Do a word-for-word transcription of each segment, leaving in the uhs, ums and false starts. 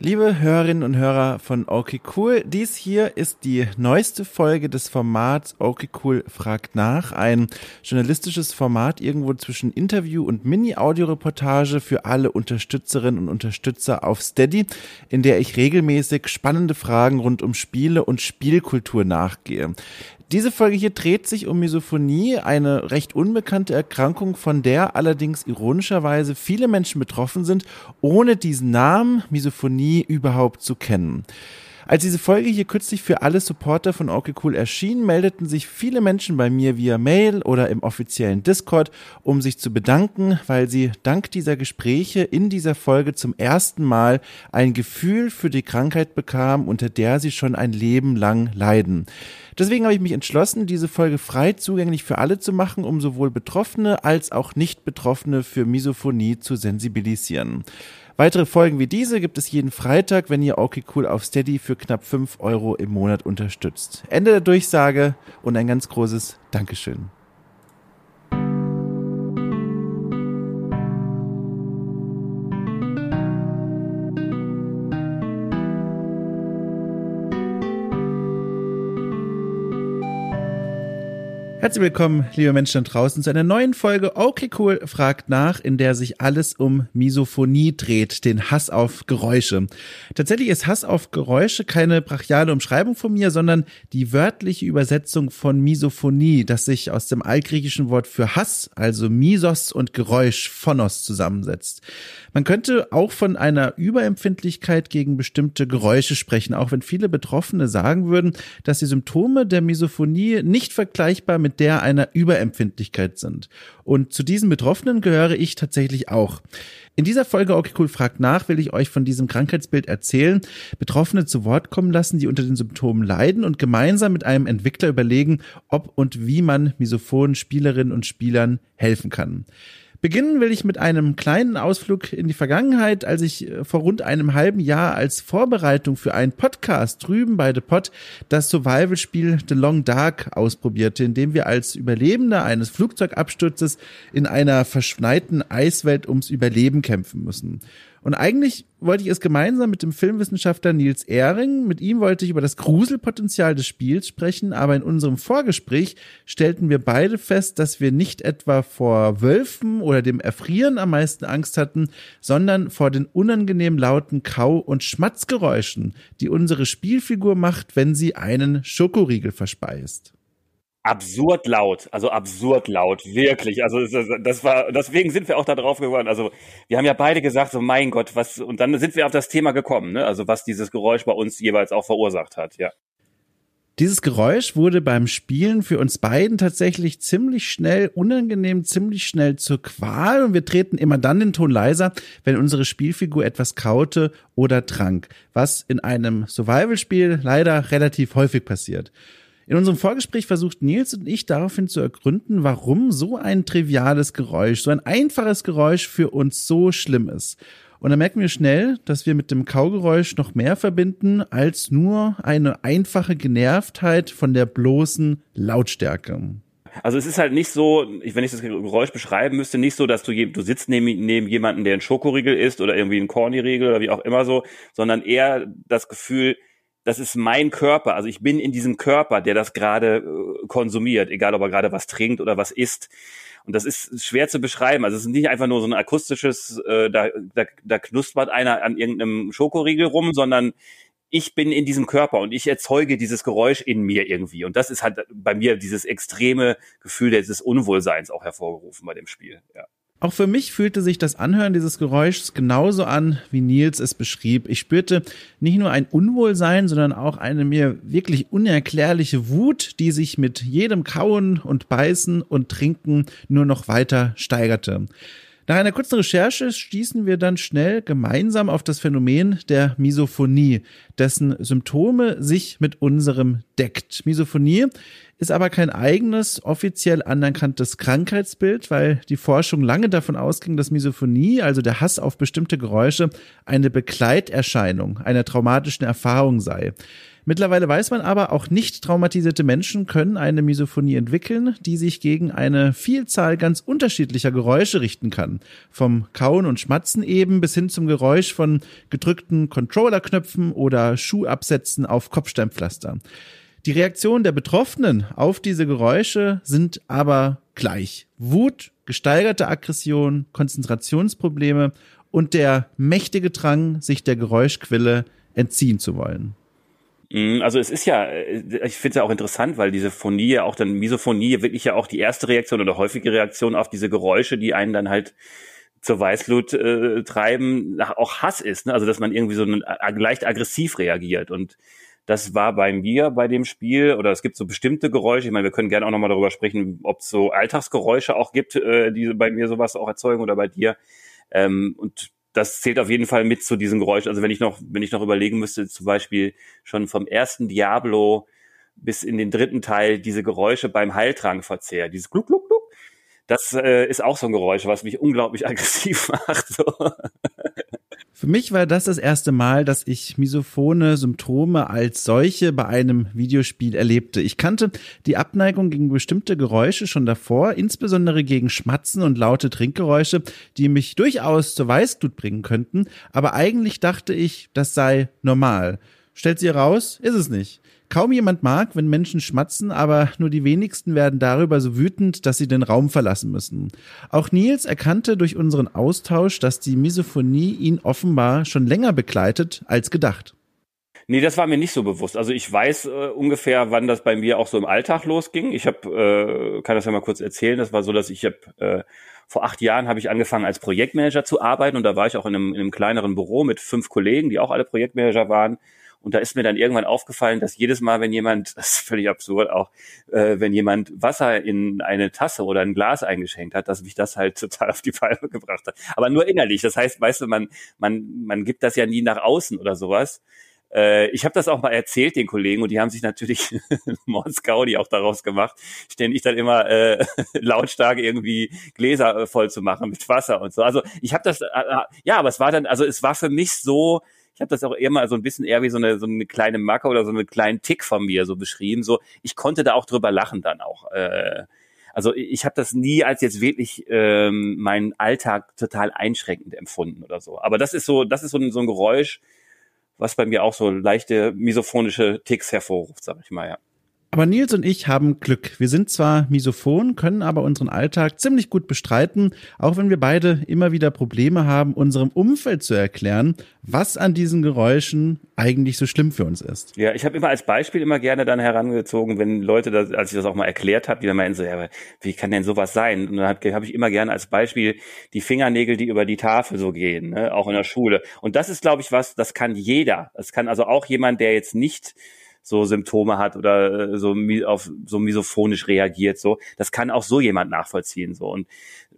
Liebe Hörerinnen und Hörer von Okay Cool, dies hier ist die neueste Folge des Formats Okay Cool fragt nach, ein journalistisches Format irgendwo zwischen Interview und Mini-Audio-Reportage für alle Unterstützerinnen und Unterstützer auf Steady, in der ich regelmäßig spannende Fragen rund um Spiele und Spielkultur nachgehe. Diese Folge hier dreht sich um Misophonie, eine recht unbekannte Erkrankung, von der allerdings ironischerweise viele Menschen betroffen sind, ohne diesen Namen Misophonie überhaupt zu kennen. Als diese Folge hier kürzlich für alle Supporter von Okay Cool erschien, meldeten sich viele Menschen bei mir via Mail oder im offiziellen Discord, um sich zu bedanken, weil sie dank dieser Gespräche in dieser Folge zum ersten Mal ein Gefühl für die Krankheit bekamen, unter der sie schon ein Leben lang leiden. Deswegen habe ich mich entschlossen, diese Folge frei zugänglich für alle zu machen, um sowohl Betroffene als auch Nicht-Betroffene für Misophonie zu sensibilisieren. Weitere Folgen wie diese gibt es jeden Freitag, wenn ihr Okay Cool auf Steady für knapp fünf Euro im Monat unterstützt. Ende der Durchsage und ein ganz großes Dankeschön. Herzlich willkommen, liebe Menschen da draußen, zu einer neuen Folge Okay Cool fragt nach, in der sich alles um Misophonie dreht, den Hass auf Geräusche. Tatsächlich ist Hass auf Geräusche keine brachiale Umschreibung von mir, sondern die wörtliche Übersetzung von Misophonie, das sich aus dem altgriechischen Wort für Hass, also Misos und Geräusch, Phonos, zusammensetzt. Man könnte auch von einer Überempfindlichkeit gegen bestimmte Geräusche sprechen, auch wenn viele Betroffene sagen würden, dass die Symptome der Misophonie nicht vergleichbar mit der einer Überempfindlichkeit sind. Und zu diesen Betroffenen gehöre ich tatsächlich auch. In dieser Folge Okay Cool fragt nach, will ich euch von diesem Krankheitsbild erzählen, Betroffene zu Wort kommen lassen, die unter den Symptomen leiden und gemeinsam mit einem Entwickler überlegen, ob und wie man misophonen Spielerinnen und Spielern helfen kann. Beginnen will ich mit einem kleinen Ausflug in die Vergangenheit, als ich vor rund einem halben Jahr als Vorbereitung für einen Podcast drüben bei The Pod das Survival-Spiel The Long Dark ausprobierte, in dem wir als Überlebende eines Flugzeugabsturzes in einer verschneiten Eiswelt ums Überleben kämpfen müssen. Und eigentlich wollte ich es gemeinsam mit dem Filmwissenschaftler Nils Ehring, mit ihm wollte ich über das Gruselpotenzial des Spiels sprechen, aber in unserem Vorgespräch stellten wir beide fest, dass wir nicht etwa vor Wölfen oder dem Erfrieren am meisten Angst hatten, sondern vor den unangenehm lauten Kau- und Schmatzgeräuschen, die unsere Spielfigur macht, wenn sie einen Schokoriegel verspeist. Absurd laut, also absurd laut, wirklich. Also das war, deswegen sind wir auch da drauf geworden. Also wir haben ja beide gesagt, so mein Gott, was, und dann sind wir auf das Thema gekommen, ne? Also was dieses Geräusch bei uns jeweils auch verursacht hat, ja. Dieses Geräusch wurde beim Spielen für uns beiden tatsächlich ziemlich schnell unangenehm, ziemlich schnell zur Qual und wir drehten immer dann den Ton leiser, wenn unsere Spielfigur etwas kaute oder trank, was in einem Survival-Spiel leider relativ häufig passiert. In unserem Vorgespräch versucht Nils und ich daraufhin zu ergründen, warum so ein triviales Geräusch, so ein einfaches Geräusch für uns so schlimm ist. Und dann merken wir schnell, dass wir mit dem Kaugeräusch noch mehr verbinden als nur eine einfache Genervtheit von der bloßen Lautstärke. Also es ist halt nicht so, wenn ich das Geräusch beschreiben müsste, nicht so, dass du, du sitzt neben, neben jemanden, der einen Schokoriegel isst oder irgendwie einen Corny-Riegel oder wie auch immer so, sondern eher das Gefühl, das ist mein Körper, also ich bin in diesem Körper, der das gerade äh, konsumiert, egal ob er gerade was trinkt oder was isst. Und das ist schwer zu beschreiben. Also es ist nicht einfach nur so ein akustisches, äh, da, da, da knuspert einer an irgendeinem Schokoriegel rum, sondern ich bin in diesem Körper und ich erzeuge dieses Geräusch in mir irgendwie. Und das ist halt bei mir dieses extreme Gefühl des Unwohlseins auch hervorgerufen bei dem Spiel, ja. Auch für mich fühlte sich das Anhören dieses Geräuschs genauso an, wie Nils es beschrieb. Ich spürte nicht nur ein Unwohlsein, sondern auch eine mir wirklich unerklärliche Wut, die sich mit jedem Kauen und Beißen und Trinken nur noch weiter steigerte. Nach einer kurzen Recherche stießen wir dann schnell gemeinsam auf das Phänomen der Misophonie, dessen Symptome sich mit unserem deckt. Misophonie ist aber kein eigenes, offiziell anerkanntes Krankheitsbild, weil die Forschung lange davon ausging, dass Misophonie, also der Hass auf bestimmte Geräusche, eine Begleiterscheinung einer traumatischen Erfahrung sei. Mittlerweile weiß man aber, auch nicht traumatisierte Menschen können eine Misophonie entwickeln, die sich gegen eine Vielzahl ganz unterschiedlicher Geräusche richten kann. Vom Kauen und Schmatzen eben bis hin zum Geräusch von gedrückten Controllerknöpfen oder Schuhabsätzen auf Kopfsteinpflaster. Die Reaktionen der Betroffenen auf diese Geräusche sind aber gleich. Wut, gesteigerte Aggression, Konzentrationsprobleme und der mächtige Drang, sich der Geräuschquelle entziehen zu wollen. Also es ist ja, ich finde es ja auch interessant, weil diese Phonie, auch dann Misophonie, wirklich ja auch die erste Reaktion oder häufige Reaktion auf diese Geräusche, die einen dann halt zur Weißglut äh, treiben, auch Hass ist, ne? Also dass man irgendwie so ein, leicht aggressiv reagiert. Und das war bei mir bei dem Spiel, oder es gibt so bestimmte Geräusche, ich meine, wir können gerne auch nochmal darüber sprechen, ob es so Alltagsgeräusche auch gibt, äh, die bei mir sowas auch erzeugen oder bei dir. Ähm, und das zählt auf jeden Fall mit zu diesen Geräuschen. Also wenn ich noch, wenn ich noch überlegen müsste, zum Beispiel schon vom ersten Diablo bis in den dritten Teil diese Geräusche beim Heiltrankverzehr, dieses Gluck, Gluck, Gluck, das äh, ist auch so ein Geräusch, was mich unglaublich aggressiv macht. So. Für mich war das das erste Mal, dass ich misophone Symptome als solche bei einem Videospiel erlebte. Ich kannte die Abneigung gegen bestimmte Geräusche schon davor, insbesondere gegen Schmatzen und laute Trinkgeräusche, die mich durchaus zur Weißglut bringen könnten, aber eigentlich dachte ich, das sei normal. Stellt sich heraus, ist es nicht. Kaum jemand mag, wenn Menschen schmatzen, aber nur die wenigsten werden darüber so wütend, dass sie den Raum verlassen müssen. Auch Nils erkannte durch unseren Austausch, dass die Misophonie ihn offenbar schon länger begleitet als gedacht. Nee, das war mir nicht so bewusst. Also ich weiß äh, ungefähr, wann das bei mir auch so im Alltag losging. Ich habe, äh, kann das ja mal kurz erzählen, das war so, dass ich habe äh, vor acht Jahren habe ich angefangen als Projektmanager zu arbeiten und da war ich auch in einem, in einem kleineren Büro mit fünf Kollegen, die auch alle Projektmanager waren. Und da ist mir dann irgendwann aufgefallen, dass jedes Mal, wenn jemand, das ist völlig absurd auch, äh, wenn jemand Wasser in eine Tasse oder ein Glas eingeschenkt hat, dass mich das halt total auf die Palme gebracht hat. Aber nur innerlich. Das heißt, weißt du, man man man gibt das ja nie nach außen oder sowas. Äh, ich habe das auch mal erzählt den Kollegen und die haben sich natürlich Mordsgaudi auch daraus gemacht, ständig dann immer äh, lautstark irgendwie Gläser äh, voll zu machen mit Wasser und so. Also ich habe das, äh, ja, aber es war dann, also es war für mich so, ich habe das auch eher mal so ein bisschen eher wie so eine so eine kleine Macke oder so einen kleinen Tick von mir so beschrieben. So, ich konnte da auch drüber lachen dann auch. Äh, also ich habe das nie als jetzt wirklich ähm, meinen Alltag total einschränkend empfunden oder so. Aber das ist so, das ist so ein, so ein Geräusch, was bei mir auch so leichte misophonische Ticks hervorruft, sag ich mal, ja. Aber Nils und ich haben Glück. Wir sind zwar misophon, können aber unseren Alltag ziemlich gut bestreiten, auch wenn wir beide immer wieder Probleme haben, unserem Umfeld zu erklären, was an diesen Geräuschen eigentlich so schlimm für uns ist. Ja, ich habe immer als Beispiel immer gerne dann herangezogen, wenn Leute, das, als ich das auch mal erklärt habe, die dann meinen so, ja, wie kann denn sowas sein? Und dann habe hab ich immer gerne als Beispiel die Fingernägel, die über die Tafel so gehen, ne? Auch in der Schule. Und das ist, glaube ich, was, das kann jeder. Das kann also auch jemand, der jetzt nicht so Symptome hat oder so auf so misophonisch reagiert, so. Das kann auch so jemand nachvollziehen, so. Und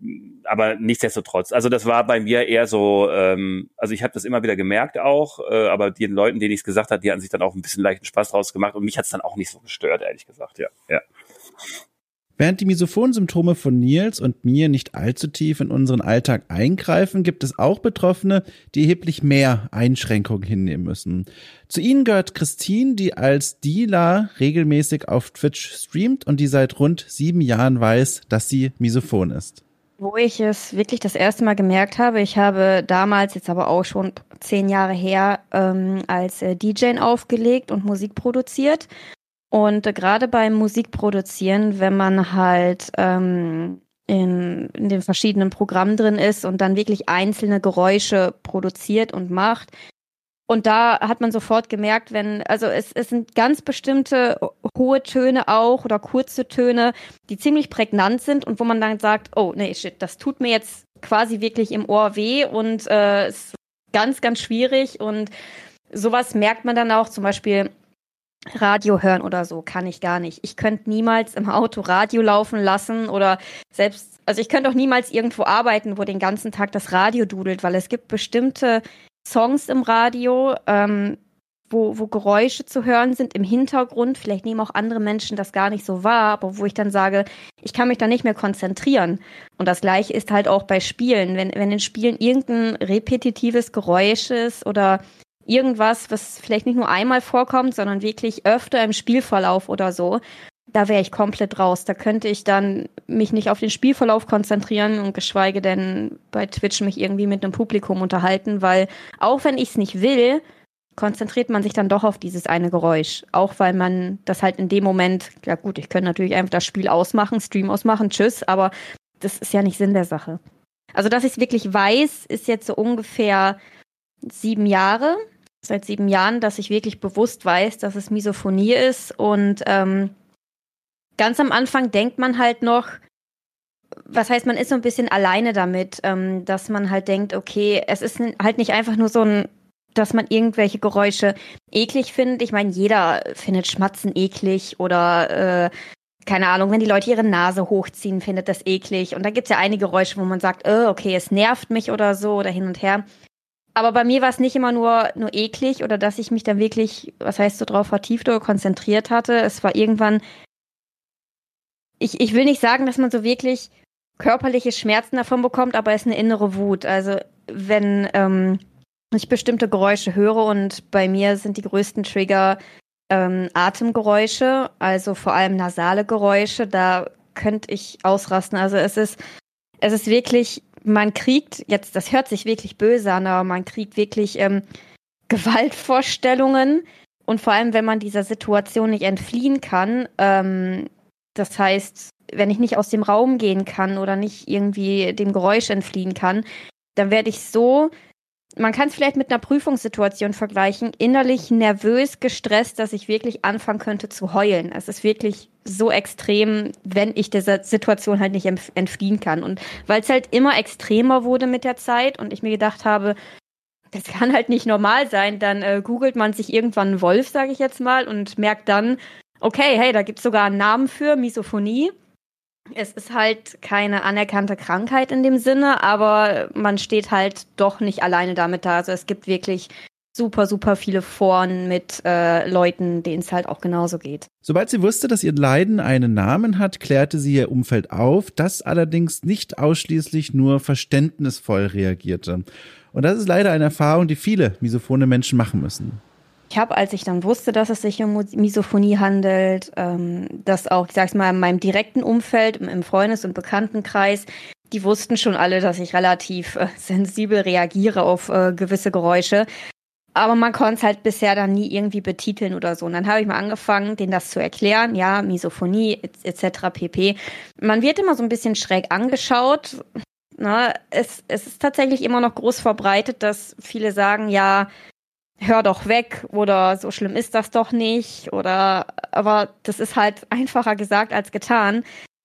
aber nichtsdestotrotz, also das war bei mir eher so, ähm, also ich habe das immer wieder gemerkt auch, äh, aber den Leuten, denen ich es gesagt habe, die hatten sich dann auch ein bisschen leichten Spaß draus gemacht und mich hat es dann auch nicht so gestört, ehrlich gesagt, ja, ja. Während die Misophonen-Symptome von Nils und mir nicht allzu tief in unseren Alltag eingreifen, gibt es auch Betroffene, die erheblich mehr Einschränkungen hinnehmen müssen. Zu ihnen gehört Christine, die als Dealer regelmäßig auf Twitch streamt und die seit rund sieben Jahren weiß, dass sie misophon ist. Wo ich es wirklich das erste Mal gemerkt habe, ich habe damals, jetzt aber auch schon zehn Jahre her, ähm, als äh, D J aufgelegt und Musik produziert. Und äh, gerade beim Musikproduzieren, wenn man halt ähm, in, in den verschiedenen Programmen drin ist und dann wirklich einzelne Geräusche produziert und macht, und da hat man sofort gemerkt, wenn, also es, es sind ganz bestimmte hohe Töne auch oder kurze Töne, die ziemlich prägnant sind und wo man dann sagt, oh nee, shit, das tut mir jetzt quasi wirklich im Ohr weh und äh, ist ganz, ganz schwierig und sowas merkt man dann auch, zum Beispiel Radio hören oder so, kann ich gar nicht. Ich könnte niemals im Auto Radio laufen lassen oder selbst, also ich könnte auch niemals irgendwo arbeiten, wo den ganzen Tag das Radio dudelt, weil es gibt bestimmte Songs im Radio, ähm, wo, wo Geräusche zu hören sind im Hintergrund. Vielleicht nehmen auch andere Menschen das gar nicht so wahr, aber wo ich dann sage, ich kann mich da nicht mehr konzentrieren. Und das Gleiche ist halt auch bei Spielen. Wenn, wenn in Spielen irgendein repetitives Geräusch ist oder irgendwas, was vielleicht nicht nur einmal vorkommt, sondern wirklich öfter im Spielverlauf oder so, da wäre ich komplett raus. Da könnte ich dann mich nicht auf den Spielverlauf konzentrieren und geschweige denn bei Twitch mich irgendwie mit einem Publikum unterhalten, weil auch wenn ich es nicht will, konzentriert man sich dann doch auf dieses eine Geräusch. Auch weil man das halt in dem Moment, ja gut, ich könnte natürlich einfach das Spiel ausmachen, Stream ausmachen, tschüss, aber das ist ja nicht Sinn der Sache. Also, dass ich es wirklich weiß, ist jetzt so ungefähr sieben Jahre, seit sieben Jahren, dass ich wirklich bewusst weiß, dass es Misophonie ist und ähm, ganz am Anfang denkt man halt noch, was heißt, man ist so ein bisschen alleine damit, ähm, dass man halt denkt, okay, es ist halt nicht einfach nur so ein, dass man irgendwelche Geräusche eklig findet. Ich meine, jeder findet Schmatzen eklig oder, äh, keine Ahnung, wenn die Leute ihre Nase hochziehen, findet das eklig. Und da gibt's ja einige Geräusche, wo man sagt, oh, okay, es nervt mich oder so oder hin und her. Aber bei mir war es nicht immer nur, nur eklig oder dass ich mich dann wirklich, was heißt so drauf vertieft oder konzentriert hatte. Es war irgendwann, ich, ich will nicht sagen, dass man so wirklich körperliche Schmerzen davon bekommt, aber es ist eine innere Wut. Also wenn ähm, ich bestimmte Geräusche höre und bei mir sind die größten Trigger ähm, Atemgeräusche, also vor allem nasale Geräusche, da könnte ich ausrasten. Also es ist, es ist wirklich, man kriegt, jetzt, das hört sich wirklich böse an, aber man kriegt wirklich ähm, Gewaltvorstellungen und vor allem, wenn man dieser Situation nicht entfliehen kann, ähm, das heißt, wenn ich nicht aus dem Raum gehen kann oder nicht irgendwie dem Geräusch entfliehen kann, dann werde ich so, man kann es vielleicht mit einer Prüfungssituation vergleichen, innerlich nervös, gestresst, dass ich wirklich anfangen könnte zu heulen. Es ist wirklich so extrem, wenn ich dieser Situation halt nicht entfliehen kann. Und weil es halt immer extremer wurde mit der Zeit und ich mir gedacht habe, das kann halt nicht normal sein, dann äh, googelt man sich irgendwann einen Wolf, sage ich jetzt mal, und merkt dann, okay, hey, da gibt's sogar einen Namen für, Misophonie. Es ist halt keine anerkannte Krankheit in dem Sinne, aber man steht halt doch nicht alleine damit da. Also es gibt wirklich super, super viele Foren mit äh, Leuten, denen es halt auch genauso geht. Sobald sie wusste, dass ihr Leiden einen Namen hat, klärte sie ihr Umfeld auf, das allerdings nicht ausschließlich nur verständnisvoll reagierte. Und das ist leider eine Erfahrung, die viele misophone Menschen machen müssen. Ich habe, als ich dann wusste, dass es sich um Misophonie handelt, ähm, dass auch, ich sag's mal, in meinem direkten Umfeld, im Freundes- und Bekanntenkreis, die wussten schon alle, dass ich relativ äh, sensibel reagiere auf äh, gewisse Geräusche. Aber man konnte es halt bisher dann nie irgendwie betiteln oder so. Und dann habe ich mal angefangen, denen das zu erklären. Ja, Misophonie et cetera pp. Man wird immer so ein bisschen schräg angeschaut. Na, es, es ist tatsächlich immer noch groß verbreitet, dass viele sagen, ja, hör doch weg oder so schlimm ist das doch nicht oder, aber das ist halt einfacher gesagt als getan.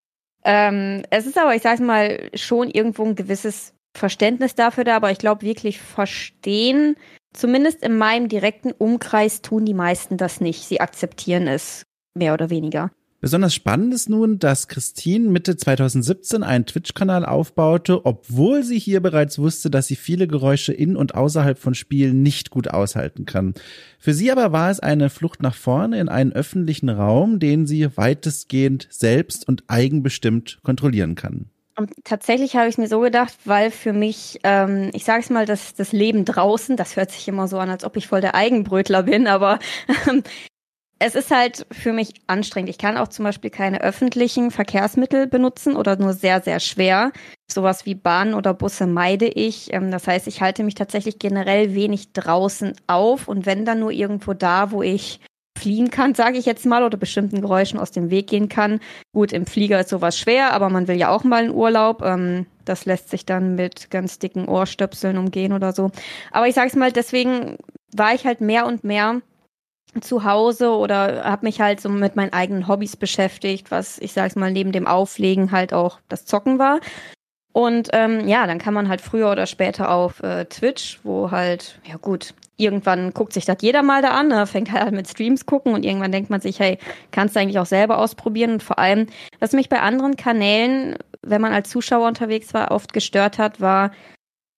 Ähm, es ist aber, ich sag's mal, schon irgendwo ein gewisses Verständnis dafür da, aber ich glaube wirklich verstehen, zumindest in meinem direkten Umkreis tun die meisten das nicht. Sie akzeptieren es mehr oder weniger. Besonders spannend ist nun, dass Christine Mitte zweitausendsiebzehn einen Twitch-Kanal aufbaute, obwohl sie hier bereits wusste, dass sie viele Geräusche in und außerhalb von Spielen nicht gut aushalten kann. Für sie aber war es eine Flucht nach vorne in einen öffentlichen Raum, den sie weitestgehend selbst und eigenbestimmt kontrollieren kann. Und tatsächlich habe ich es mir so gedacht, weil für mich, ähm, ich sage es mal, das, das Leben draußen, das hört sich immer so an, als ob ich voll der Eigenbrötler bin, aber ähm, es ist halt für mich anstrengend. Ich kann auch zum Beispiel keine öffentlichen Verkehrsmittel benutzen oder nur sehr, sehr schwer. Sowas wie Bahn oder Busse meide ich. Das heißt, ich halte mich tatsächlich generell wenig draußen auf und wenn dann nur irgendwo da, wo ich fliehen kann, sage ich jetzt mal, oder bestimmten Geräuschen aus dem Weg gehen kann. Gut, im Flieger ist sowas schwer, aber man will ja auch mal in Urlaub. Das lässt sich dann mit ganz dicken Ohrstöpseln umgehen oder so. Aber ich sage es mal, deswegen war ich halt mehr und mehr zu Hause oder habe mich halt so mit meinen eigenen Hobbys beschäftigt, was, ich sag's mal, neben dem Auflegen halt auch das Zocken war. Und ähm, ja, dann kann man halt früher oder später auf äh, Twitch, wo halt, ja gut, irgendwann guckt sich das jeder mal da an, ne? Fängt halt mit Streams gucken und irgendwann denkt man sich, hey, kannst du eigentlich auch selber ausprobieren. Und vor allem, was mich bei anderen Kanälen, wenn man als Zuschauer unterwegs war, oft gestört hat, war,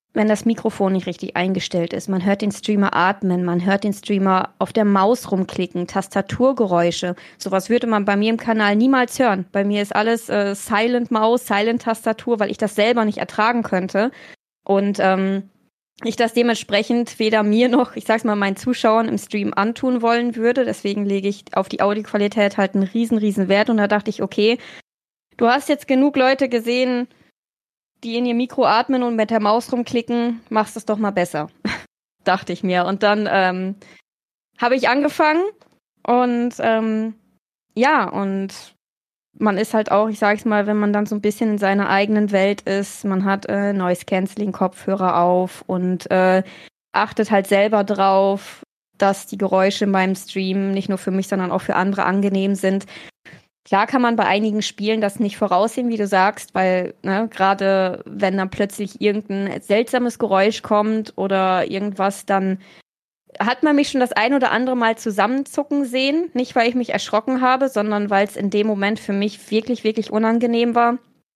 wenn das Mikrofon nicht richtig eingestellt ist. Man hört den Streamer atmen, man hört den Streamer auf der Maus rumklicken, Tastaturgeräusche. Sowas würde man bei mir im Kanal niemals hören. Bei mir ist alles äh, Silent Maus, Silent Tastatur, weil ich das selber nicht ertragen könnte. Und ähm, ich das dementsprechend weder mir noch, ich sag's mal, meinen Zuschauern im Stream antun wollen würde. Deswegen lege ich auf die Audioqualität halt einen riesen, riesen Wert. Und da dachte ich, okay, du hast jetzt genug Leute gesehen, die in ihr Mikro atmen und mit der Maus rumklicken, machst es doch mal besser, dachte ich mir. Und dann ähm, habe ich angefangen und ähm, ja, und man ist halt auch, ich sag's mal, wenn man dann so ein bisschen in seiner eigenen Welt ist, man hat äh, Noise-Canceling-Kopfhörer auf und äh, achtet halt selber drauf, dass die Geräusche in meinem Stream nicht nur für mich, sondern auch für andere angenehm sind. Klar kann man bei einigen Spielen das nicht voraussehen, wie du sagst, weil ne, gerade wenn dann plötzlich irgendein seltsames Geräusch kommt oder irgendwas, dann hat man mich schon das ein oder andere Mal zusammenzucken sehen. Nicht, weil ich mich erschrocken habe, sondern weil es in dem Moment für mich wirklich, wirklich unangenehm war.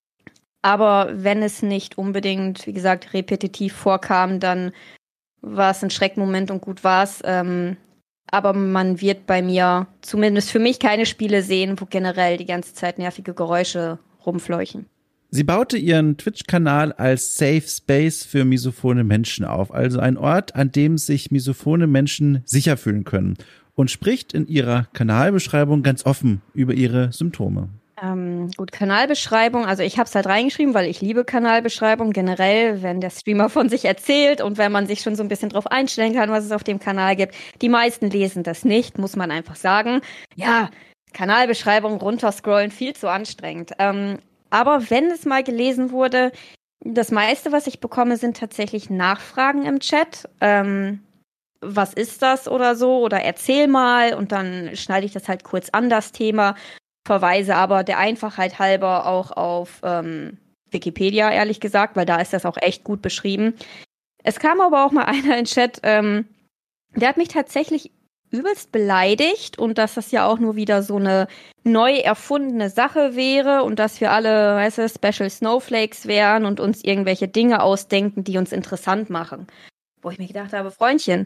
Aber wenn es nicht unbedingt, wie gesagt, repetitiv vorkam, dann war es ein Schreckmoment und gut war's. Ähm, Aber man wird bei mir, zumindest für mich, keine Spiele sehen, wo generell die ganze Zeit nervige Geräusche rumfleuchen. Sie baute ihren Twitch-Kanal als Safe Space für misophone Menschen auf, also ein Ort, an dem sich misophone Menschen sicher fühlen können, und spricht in ihrer Kanalbeschreibung ganz offen über ihre Symptome. Ähm, gut, Kanalbeschreibung, also ich habe es halt reingeschrieben, weil ich liebe Kanalbeschreibung generell, wenn der Streamer von sich erzählt und wenn man sich schon so ein bisschen drauf einstellen kann, was es auf dem Kanal gibt. Die meisten lesen das nicht, muss man einfach sagen. Ja, Kanalbeschreibung runterscrollen, viel zu anstrengend. Ähm, aber wenn es mal gelesen wurde, das meiste, was ich bekomme, sind tatsächlich Nachfragen im Chat. Ähm, was ist das oder so? Oder erzähl mal, und dann schneide ich das halt kurz an, das Thema. Verweise aber der Einfachheit halber auch auf ähm, Wikipedia, ehrlich gesagt, weil da ist das auch echt gut beschrieben. Es kam aber auch mal einer in den Chat, ähm, der hat mich tatsächlich übelst beleidigt und dass das ja auch nur wieder so eine neu erfundene Sache wäre und dass wir alle, weißt du, Special Snowflakes wären und uns irgendwelche Dinge ausdenken, die uns interessant machen. Wo ich mir gedacht habe, Freundchen,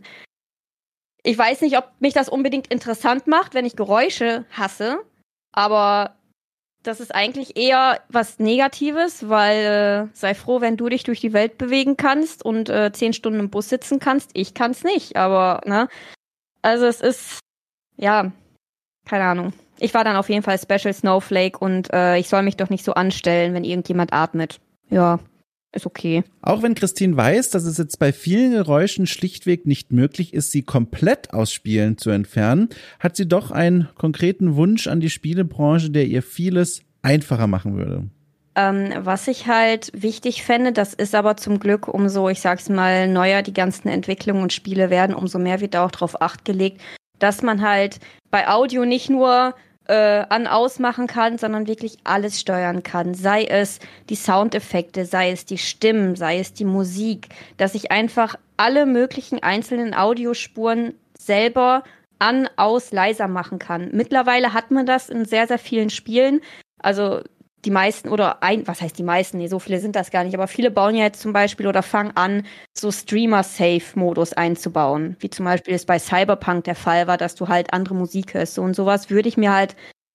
ich weiß nicht, ob mich das unbedingt interessant macht, wenn ich Geräusche hasse, aber das ist eigentlich eher was Negatives, weil äh, sei froh, wenn du dich durch die Welt bewegen kannst und äh, zehn Stunden im Bus sitzen kannst. Ich kann's nicht, aber, ne? Also es ist, ja, keine Ahnung. Ich war dann auf jeden Fall Special Snowflake und äh, ich soll mich doch nicht so anstellen, wenn irgendjemand atmet. Ja, ist okay. Auch wenn Christine weiß, dass es jetzt bei vielen Geräuschen schlichtweg nicht möglich ist, sie komplett aus Spielen zu entfernen, hat sie doch einen konkreten Wunsch an die Spielebranche, der ihr vieles einfacher machen würde. Ähm, was ich halt wichtig fände, das ist aber zum Glück, umso, ich sag's mal, neuer die ganzen Entwicklungen und Spiele werden, umso mehr wird da auch drauf Acht gelegt, dass man halt bei Audio nicht nur äh, an-aus machen kann, sondern wirklich alles steuern kann. Sei es die Soundeffekte, sei es die Stimmen, sei es die Musik, dass ich einfach alle möglichen einzelnen Audiospuren selber an, aus, leiser machen kann. Mittlerweile hat man das in sehr, sehr vielen Spielen. Also die meisten oder ein, was heißt die meisten? Nee, so viele sind das gar nicht, aber viele bauen ja jetzt zum Beispiel oder fangen an, so Streamer-Safe-Modus einzubauen. Wie zum Beispiel es bei Cyberpunk der Fall war, dass du halt andere Musik hörst. So und sowas würde ich mir halt,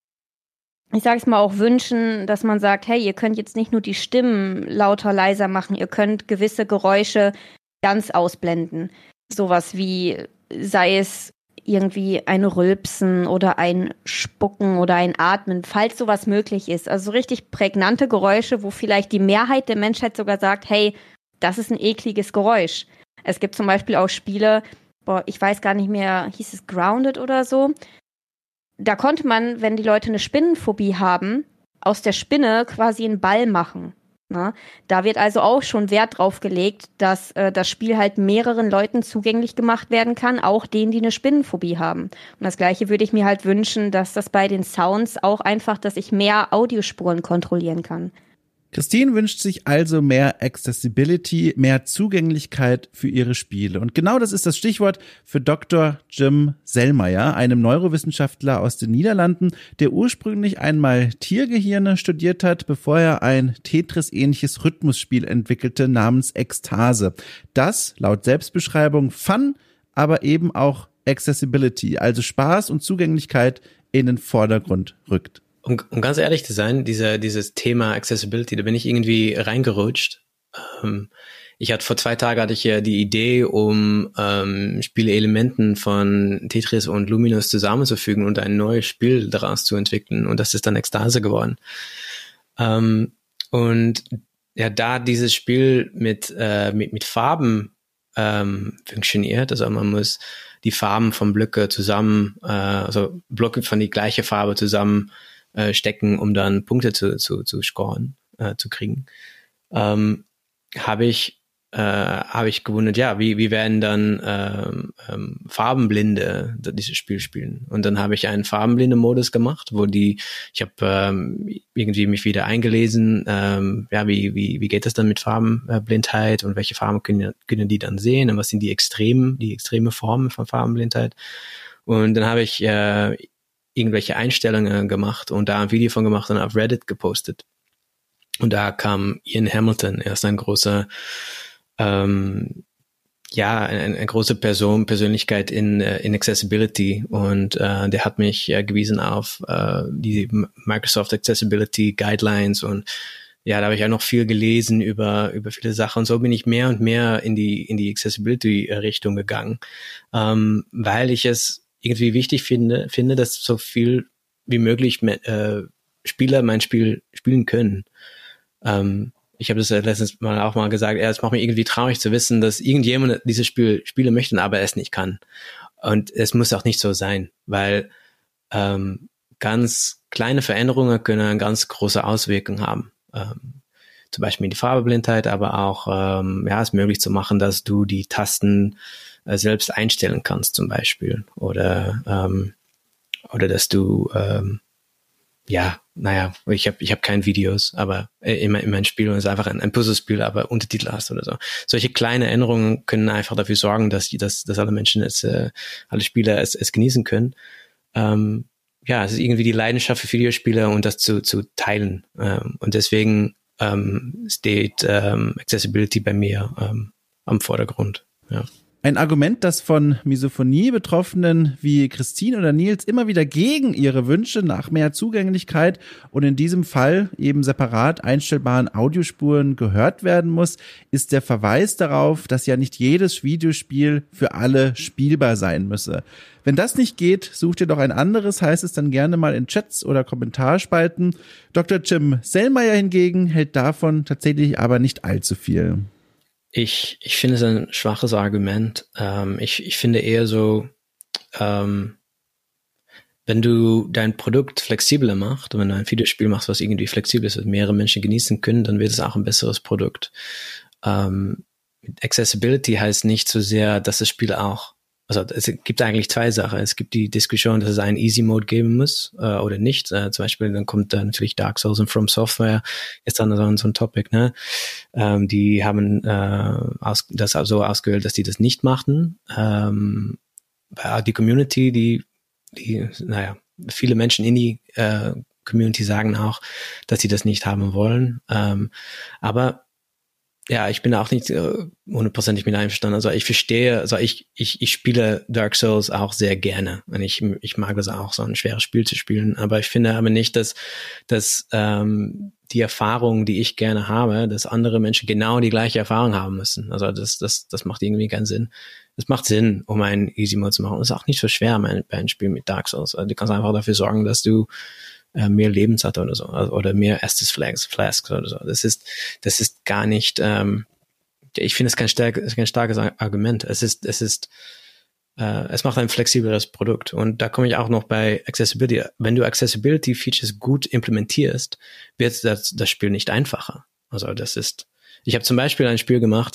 ich sag's mal, auch wünschen, dass man sagt, hey, ihr könnt jetzt nicht nur die Stimmen lauter, leiser machen, ihr könnt gewisse Geräusche ganz ausblenden. Sowas wie, sei es irgendwie ein Rülpsen oder ein Spucken oder ein Atmen, falls sowas möglich ist. Also richtig prägnante Geräusche, wo vielleicht die Mehrheit der Menschheit sogar sagt, hey, das ist ein ekliges Geräusch. Es gibt zum Beispiel auch Spiele, boah, ich weiß gar nicht mehr, hieß es Grounded oder so. Da konnte man, wenn die Leute eine Spinnenphobie haben, aus der Spinne quasi einen Ball machen. Na, da wird also auch schon Wert drauf gelegt, dass äh, das Spiel halt mehreren Leuten zugänglich gemacht werden kann, auch denen, die eine Spinnenphobie haben. Und das Gleiche würde ich mir halt wünschen, dass das bei den Sounds auch einfach, dass ich mehr Audiospuren kontrollieren kann. Christine wünscht sich also mehr Accessibility, mehr Zugänglichkeit für ihre Spiele. Und genau das ist das Stichwort für Doktor Jim Sellmeyer, einem Neurowissenschaftler aus den Niederlanden, der ursprünglich einmal Tiergehirne studiert hat, bevor er ein Tetris-ähnliches Rhythmusspiel entwickelte namens Ekstase. Das, laut Selbstbeschreibung, Fun, aber eben auch Accessibility, also Spaß und Zugänglichkeit in den Vordergrund rückt. Um, um ganz ehrlich zu sein, dieser, dieses Thema Accessibility, da bin ich irgendwie reingerutscht. Ähm, ich hatte vor zwei Tagen hatte ich ja die Idee, um ähm, Spielelementen von Tetris und Luminous zusammenzufügen und ein neues Spiel daraus zu entwickeln. Und das ist dann Ekstase geworden. Ähm, und ja, da dieses Spiel mit, äh, mit, mit Farben ähm, funktioniert, also man muss die Farben von Blöcke zusammen, äh, also Blöcke von die gleiche Farbe zusammen äh, stecken, um dann Punkte zu, zu, zu scoren, äh, zu kriegen, ähm, habe ich äh, habe ich gewundert, ja, wie wie werden dann ähm, ähm, Farbenblinde dieses Spiel spielen? Und dann habe ich einen Farbenblinde-Modus gemacht, wo die, ich habe ähm, irgendwie mich wieder eingelesen, ähm, ja, wie wie wie geht das dann mit Farbenblindheit und welche Farben können können die dann sehen und was sind die extremen, die extreme Formen von Farbenblindheit? Und dann habe ich äh, irgendwelche Einstellungen gemacht und da ein Video von gemacht und auf Reddit gepostet. Und da kam Ian Hamilton, er ist ein großer Ähm, ja, eine, eine große Person, Persönlichkeit in, in Accessibility und äh, der hat mich äh, gewiesen auf äh, die Microsoft Accessibility Guidelines und ja, da habe ich auch noch viel gelesen über über viele Sachen und so bin ich mehr und mehr in die in die Accessibility Richtung gegangen, ähm, weil ich es irgendwie wichtig finde, finde, dass so viel wie möglich mit, äh, Spieler mein Spiel spielen können. Ähm, Ich habe das letztens mal auch mal gesagt, ja, es macht mich irgendwie traurig zu wissen, dass irgendjemand dieses Spiel spielen möchte, aber er es nicht kann. Und es muss auch nicht so sein, weil ähm, ganz kleine Veränderungen können ganz große Auswirkungen haben. Ähm, zum Beispiel die Farbeblindheit, aber auch ähm, ja, es möglich zu machen, dass du die Tasten äh, selbst einstellen kannst, zum Beispiel. Oder ähm, oder dass du ähm, ja, naja, ich habe ich hab keine Videos, aber immer in meinem Spiel und es ist einfach ein, ein Puzzlespiel, aber Untertitel hast oder so. Solche kleine Änderungen können einfach dafür sorgen, dass die, dass, dass alle Menschen es, äh, alle Spieler es, es genießen können. Ähm, ja, es ist irgendwie die Leidenschaft für Videospiele und das zu, zu teilen. Ähm, und deswegen ähm, steht ähm, Accessibility bei mir ähm, am Vordergrund. Ja. Ein Argument, das von Misophonie-Betroffenen wie Christine oder Nils immer wieder gegen ihre Wünsche nach mehr Zugänglichkeit und in diesem Fall eben separat einstellbaren Audiospuren gehört werden muss, ist der Verweis darauf, dass ja nicht jedes Videospiel für alle spielbar sein müsse. Wenn das nicht geht, sucht ihr doch ein anderes, heißt es dann gerne mal in Chats oder Kommentarspalten. Doktor Jim Sellmeyer hingegen hält davon tatsächlich aber nicht allzu viel. Ich, ich finde es ein schwaches Argument. Ähm, ich, ich finde eher so, ähm, wenn du dein Produkt flexibler machst, wenn du ein Videospiel machst, was irgendwie flexibel ist, was mehrere Menschen genießen können, dann wird es auch ein besseres Produkt. Ähm, Accessibility heißt nicht so sehr, dass das Spiel auch, also es gibt eigentlich zwei Sachen. Es gibt die Diskussion, dass es einen Easy Mode geben muss äh, oder nicht. Äh, zum Beispiel, dann kommt äh, natürlich Dark Souls und From Software, ist dann so, so ein Topic, ne? Ähm, die haben äh, aus, das so ausgewählt, dass die das nicht machten. Ähm, die Community, die, die, naja, viele Menschen in die äh, Community sagen auch, dass sie das nicht haben wollen. Ähm, aber ja, ich bin auch nicht hundertprozentig mit einverstanden. Also ich verstehe, also ich, ich, ich spiele Dark Souls auch sehr gerne. Und ich, ich mag das auch, so ein schweres Spiel zu spielen. Aber ich finde aber nicht, dass, dass ähm, die Erfahrung, die ich gerne habe, dass andere Menschen genau die gleiche Erfahrung haben müssen. Also das, das, das macht irgendwie keinen Sinn. Es macht Sinn, um einen Easy Mode zu machen. Es ist auch nicht so schwer bei einem Spiel mit Dark Souls. Also du kannst einfach dafür sorgen, dass du mehr Lebens hat oder so, oder mehr Estus Flasks, Flasks oder so. Das ist, das ist gar nicht, ähm, ich finde es kein, stark, kein starkes Argument. Es ist, es ist, äh, es macht ein flexibleres Produkt. Und da komme ich auch noch bei Accessibility. Wenn du Accessibility Features gut implementierst, wird das, das Spiel nicht einfacher. Also das ist, ich habe zum Beispiel ein Spiel gemacht,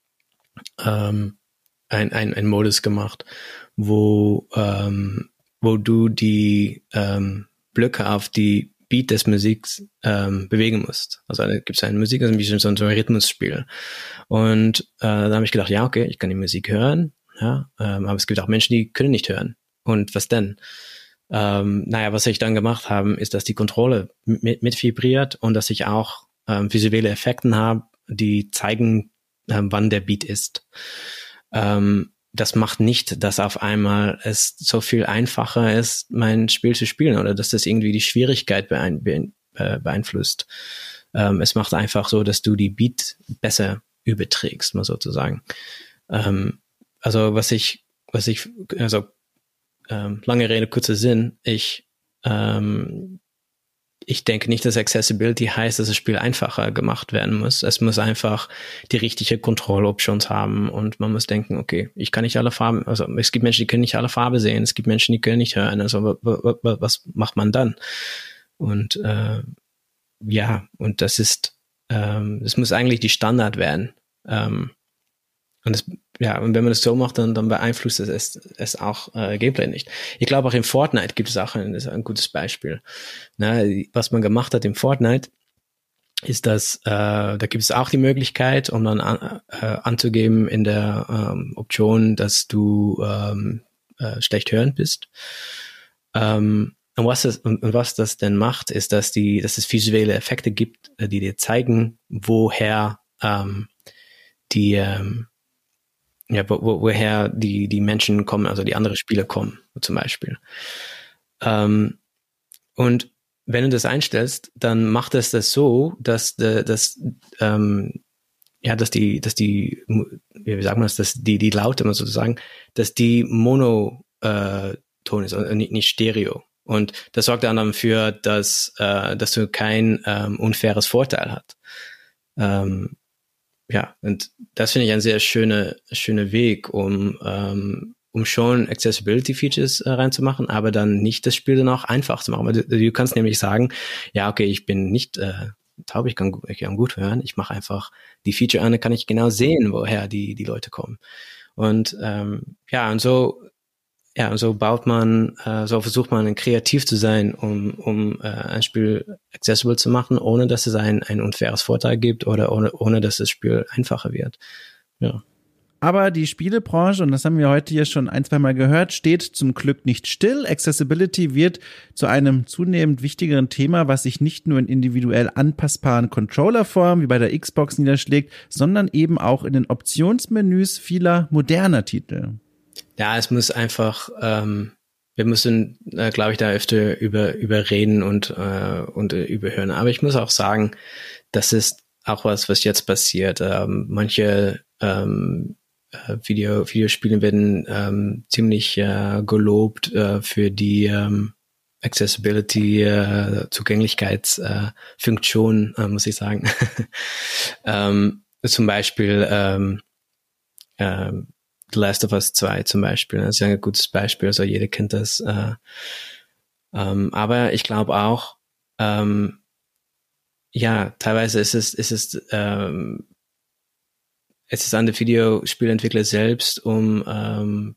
ähm, ein, ein, ein Modus gemacht, wo, ähm, wo du die, ähm, Blöcke auf die Beat des Musiks ähm, bewegen musst. Also da gibt es eine Musik, also ein bisschen so ein, so ein Rhythmusspiel. Und äh, da habe ich gedacht, ja, okay, ich kann die Musik hören, ja, ähm, aber es gibt auch Menschen, die können nicht hören. Und was denn? Ähm, naja, was ich dann gemacht habe, ist, dass die Kontrolle mit, mit vibriert und dass ich auch ähm, visuelle Effekte habe, die zeigen, ähm, wann der Beat ist. Ähm, das macht nicht, dass auf einmal es so viel einfacher ist, mein Spiel zu spielen oder dass das irgendwie die Schwierigkeit beein, beein, äh, beeinflusst. Ähm, es macht einfach so, dass du die Beat besser überträgst, mal sozusagen. Ähm, also was ich, was ich, also ähm, lange Rede, kurzer Sinn, ich ähm, Ich denke nicht, dass Accessibility heißt, dass das Spiel einfacher gemacht werden muss. Es muss einfach die richtige Kontrolloptions haben und man muss denken, okay, ich kann nicht alle Farben, also es gibt Menschen, die können nicht alle Farben sehen, es gibt Menschen, die können nicht hören, also was macht man dann? Und äh, ja, und das ist, ähm, das muss eigentlich die Standard werden. Ähm, Und das, ja, und wenn man das so macht, dann, dann beeinflusst es, es, es auch äh, Gameplay nicht. Ich glaube, auch in Fortnite gibt es auch ein, ist ein gutes Beispiel. Na, was man gemacht hat in Fortnite, ist, dass äh, da gibt es auch die Möglichkeit, um dann an, äh, anzugeben in der ähm, Option, dass du ähm, äh, schlecht hörend bist. Ähm, und was das und, und was das denn macht, ist, dass die, dass es visuelle Effekte gibt, die dir zeigen, woher ähm, die ähm, ja, wo, woher die, die Menschen kommen, also die anderen Spieler kommen, zum Beispiel. Ähm, und wenn du das einstellst, dann macht es das so, dass, dass, ähm, ja, dass die, dass die, wie sagen wir das, dass die, die Laute, mal sozusagen, dass die Monoton äh, ist, also nicht, nicht Stereo. Und das sorgt dann dafür, dass, äh, dass du kein ähm, unfaires Vorteil hast. Ähm, Ja, und das finde ich ein sehr schöner schöner Weg, um ähm, um schon Accessibility-Features äh, reinzumachen, aber dann nicht das Spiel dann auch einfach zu machen. Du, du kannst nämlich sagen, ja, okay, ich bin nicht äh, taub, ich kann, ich kann gut hören, ich mache einfach die Feature an, dann kann ich genau sehen, woher die die Leute kommen. Und ähm, ja, und so Ja, und so baut man, äh, so versucht man kreativ zu sein, um, um äh, ein Spiel accessible zu machen, ohne dass es ein, ein unfaires Vorteil gibt oder ohne, ohne dass das Spiel einfacher wird. Ja. Aber die Spielebranche, und das haben wir heute hier schon ein, zwei Mal gehört, steht zum Glück nicht still. Accessibility wird zu einem zunehmend wichtigeren Thema, was sich nicht nur in individuell anpassbaren Controllerformen wie bei der Xbox niederschlägt, sondern eben auch in den Optionsmenüs vieler moderner Titel. Ja, es muss einfach, ähm, wir müssen, äh, glaube ich, da öfter über über reden und äh, und äh, überhören. Aber ich muss auch sagen, das ist auch was, was jetzt passiert. Ähm, manche ähm, äh, Video Videospiele werden ähm, ziemlich äh, gelobt äh, für die ähm, Accessibility, äh, Zugänglichkeitsfunktion, äh, äh, muss ich sagen. ähm, zum Beispiel ähm, ähm, The Last of Us zwei zum Beispiel, das ist ja ein gutes Beispiel, also jeder kennt das. Äh, ähm, aber ich glaube auch, ähm, ja, teilweise ist es, ist es, ähm, es ist an der Videospielentwickler selbst, um, ähm,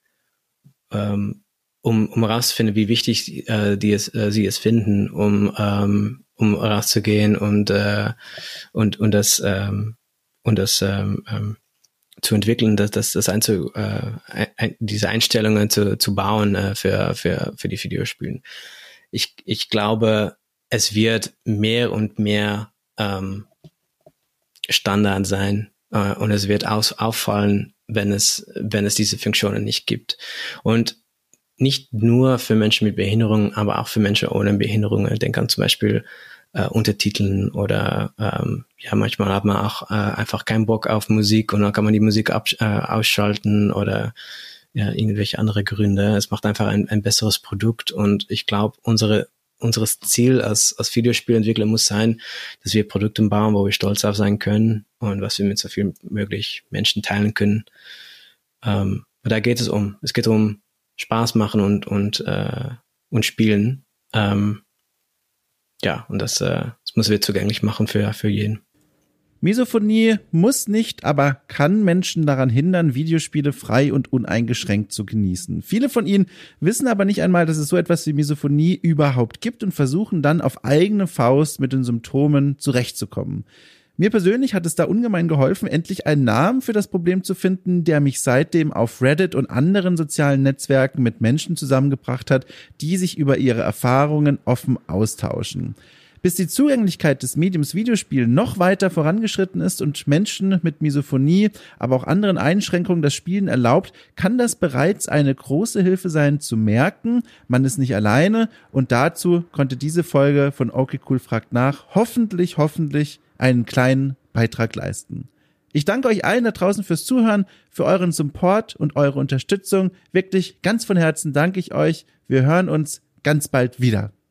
ähm, um, um herauszufinden, wie wichtig äh, die es, äh, sie es finden, um, ähm, um rauszugehen und, äh, und, und das, ähm, und das, ähm, ähm, zu entwickeln, dass das, das einzu, äh, ein, diese Einstellungen zu, zu bauen äh, für, für, für die Videospiele. Ich, ich glaube, es wird mehr und mehr ähm, Standard sein äh, und es wird aus, auffallen, wenn es, wenn es diese Funktionen nicht gibt. Und nicht nur für Menschen mit Behinderungen, aber auch für Menschen ohne Behinderungen. Ich denke an zum Beispiel Äh, Untertiteln oder ähm, ja, manchmal hat man auch äh, einfach keinen Bock auf Musik und dann kann man die Musik ab, äh, ausschalten oder ja, irgendwelche andere Gründe. Es macht einfach ein, ein besseres Produkt und ich glaube, unsere unseres Ziel als als Videospielentwickler muss sein, dass wir Produkte bauen, wo wir stolz auf sein können und was wir mit so viel möglich Menschen teilen können. Ähm, und da geht es um. Es geht um Spaß machen und und äh, und spielen. Ähm, Ja, und das, äh, das müssen wir zugänglich machen für, für jeden. Misophonie muss nicht, aber kann Menschen daran hindern, Videospiele frei und uneingeschränkt zu genießen. Viele von ihnen wissen aber nicht einmal, dass es so etwas wie Misophonie überhaupt gibt und versuchen dann auf eigene Faust mit den Symptomen zurechtzukommen. Mir persönlich hat es da ungemein geholfen, endlich einen Namen für das Problem zu finden, der mich seitdem auf Reddit und anderen sozialen Netzwerken mit Menschen zusammengebracht hat, die sich über ihre Erfahrungen offen austauschen. Bis die Zugänglichkeit des Mediums Videospiel noch weiter vorangeschritten ist und Menschen mit Misophonie, aber auch anderen Einschränkungen das Spielen erlaubt, kann das bereits eine große Hilfe sein, zu merken, man ist nicht alleine, und dazu konnte diese Folge von Okay Cool fragt nach hoffentlich, hoffentlich einen kleinen Beitrag leisten. Ich danke euch allen da draußen fürs Zuhören, für euren Support und eure Unterstützung. Wirklich ganz von Herzen danke ich euch. Wir hören uns ganz bald wieder.